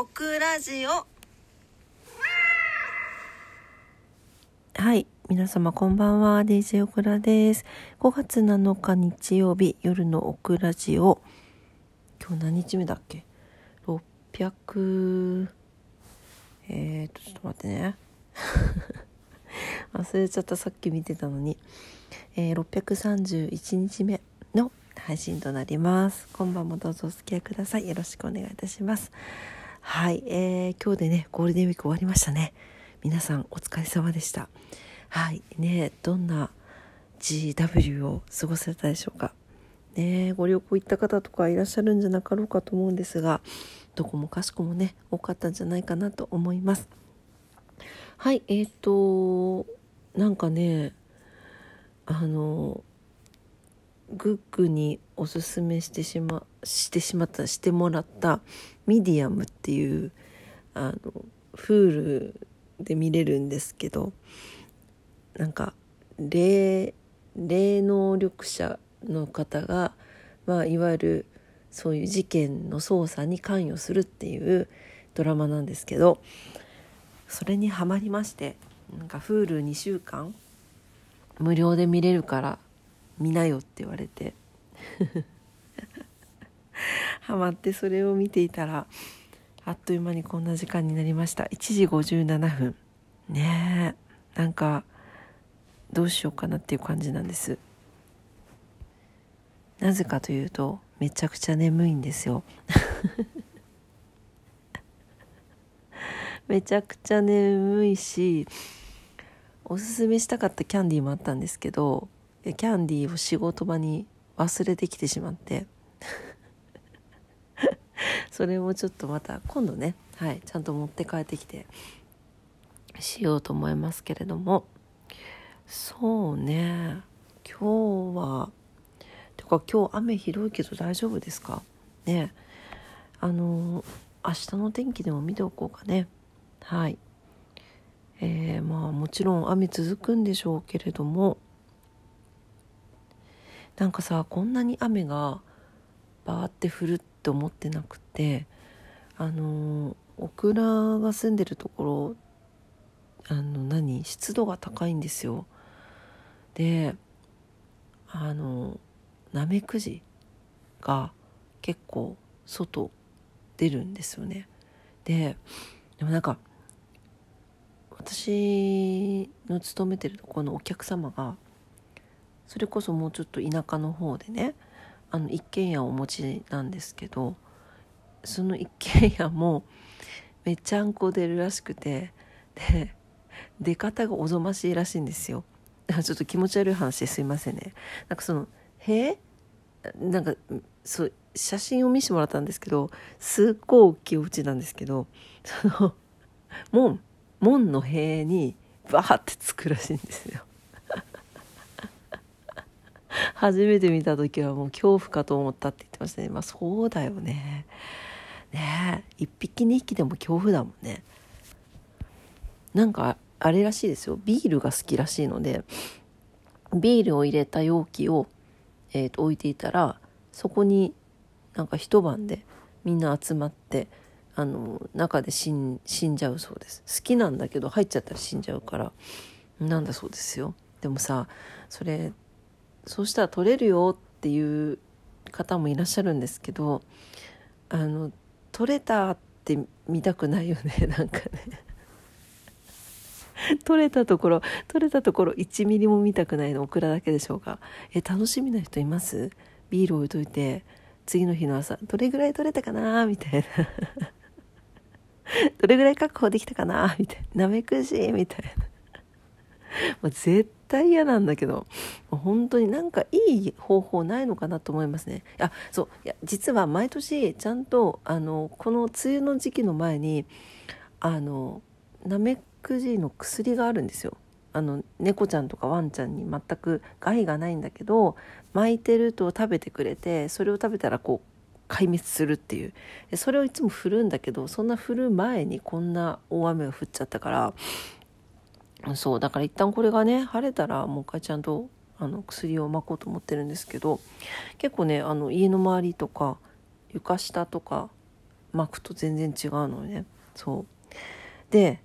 オクラジオ。 はい、皆様こんばんは。DJ オクラです。5月7日日曜日夜のオクラジオ。今日何日目だっけ？ 600 ちょっと待ってね忘れちゃった。さっき見てたのに、631日目の配信となります。今晩もどうぞお付き合いください。よろしくお願いいたします。はい、今日でねゴールデンウィーク終わりましたね。皆さんお疲れ様でした。はいね、どんな GW を過ごされたでしょうかね。ご旅行行った方とかいらっしゃるんじゃなかろうかと思うんですが、どこもかしこもね多かったんじゃないかなと思います。はい、なんかねグッグにおすすめしてもらったミディアムっていうHuluで見れるんですけど、なんか霊能力者の方が、いわゆるそういう事件の捜査に関与するっていうドラマなんですけど、それにハマりまして、なんか Hulu2 週間無料で見れるから見なよって言われてハマってそれを見ていたら、あっという間にこんな時間になりました。1時57分ねえ、なんかどうしようかなっていう感じなんです。なぜかというとめちゃくちゃ眠いんですよめちゃくちゃ眠いし、おすすめしたかったキャンディーもあったんですけど、キャンディーを仕事場に忘れてきてしまってそれもちょっとまた今度ね、ちゃんと持って帰ってきてしようと思いますけれども、そうね、今日雨ひどいけど大丈夫ですかね。明日の天気でも見ておこうかね。はい、もちろん雨続くんでしょうけれども、なんかさ、こんなに雨がバーって降るって思ってなくて、オクラが住んでるところ湿度が高いんですよ。でナメクジが結構外出るんですよね。でもなんか私の勤めてるところのお客様がそれこそもうちょっと田舎の方でね、一軒家をお持ちなんですけど、その一軒家もめちゃんこ出るらしくて、で出方がおぞましいらしいんですよ。だからちょっと気持ち悪い話ですいませんね。なんかなんかそう写真を見せてもらったんですけど、すっごい大きいお家なんですけど、その門の塀にバーってつくらしいんですよ。初めて見た時はもう恐怖かと思ったって言ってましたね。そうだよね。ねえ、1匹2匹でも恐怖だもんね。なんかあれらしいですよ、ビールが好きらしいので、ビールを入れた容器を、置いていたら、そこになんか一晩でみんな集まって中で死んじゃうそうです。好きなんだけど入っちゃったら死んじゃうからなんだそうですよ。でもさ、そうしたら取れるよっていう方もいらっしゃるんですけど、取れたって見たくないよね。なんかね取れたところ1ミリも見たくないのオクラだけでしょうか。楽しみな人います？ビール置いといて次の日の朝どれぐらい取れたかなみたいなどれぐらい確保できたかなみたいな、なめくじみたいなもう絶対嫌なんだけど、もう本当になんかいい方法ないのかなと思いますね。実は毎年ちゃんとこの梅雨の時期の前になめくじの薬があるんですよ。猫ちゃんとかワンちゃんに全く害がないんだけど、巻いてると食べてくれて、それを食べたらこう壊滅するっていう、それをいつも振るんだけど、そんな振る前にこんな大雨が降っちゃったから、そうだから一旦これがね晴れたらもう一回ちゃんと薬を巻こうと思ってるんですけど、結構ね家の周りとか床下とか巻くと全然違うのね。そうで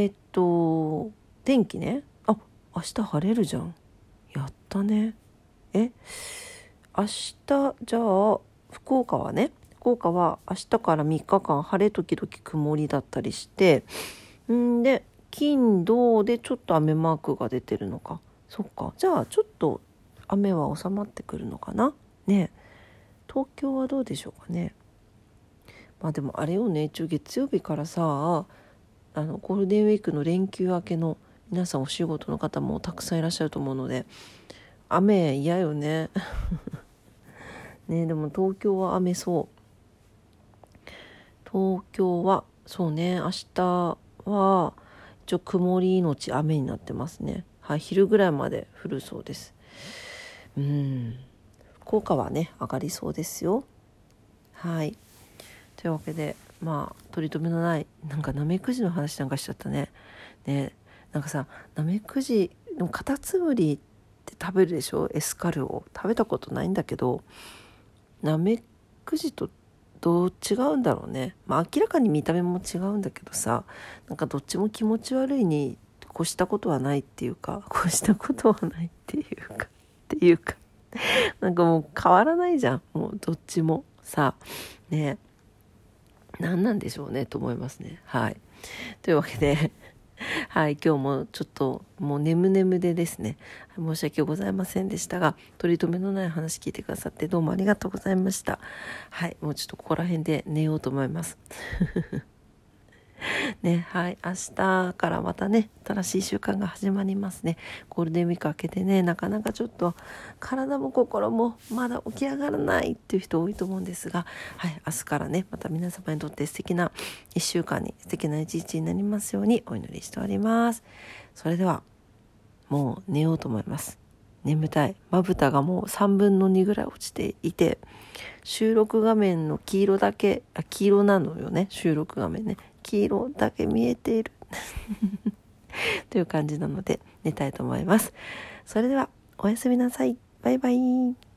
天気ね。明日晴れるじゃん。やったね。明日じゃあ福岡は明日から3日間晴れ時々曇りだったりして、で金土でちょっと雨マークが出てるのか。そっか、じゃあちょっと雨は収まってくるのかなね。東京はどうでしょうかね。でもあれよね、一応月曜日からさ、ゴールデンウィークの連休明けの皆さん、お仕事の方もたくさんいらっしゃると思うので、雨嫌よねね。でも東京は雨そう。東京はそうね、明日は一応曇りのち雨になってますね。はい、昼ぐらいまで降るそうです。福岡はね上がりそうですよ。はい、というわけで取り留めのないナメクジの話なんかしちゃったね。なんかさ、ナメクジのカタツムリって食べるでしょ。エスカルを食べたことないんだけど、ナメクジとどう違うんだろうね。明らかに見た目も違うんだけどさ、どっちも気持ち悪いに越したことはないっていうかもう変わらないじゃん。もうどっちもさね、何なんでしょうねと思いますね。はい、というわけではい、今日もちょっともう眠でですね、申し訳ございませんでしたが、取り留めのない話聞いてくださってどうもありがとうございました。はい、もうちょっとここら辺で寝ようと思いますね。はい、明日からまたね、新しい習慣が始まりますね。ゴールデンウィーク明けてね、なかなかちょっと体も心もまだ起き上がらないっていう人多いと思うんですが、はい、明日からね、また皆様にとって素敵な1週間に、素敵な一日になりますようにお祈りしております。それではもう寝ようと思います。眠たい。まぶたがもう3分の2ぐらい落ちていて、収録画面の黄色なのよね。収録画面ね、黄色だけ見えているという感じなので寝たいと思います。それではおやすみなさい。バイバイ。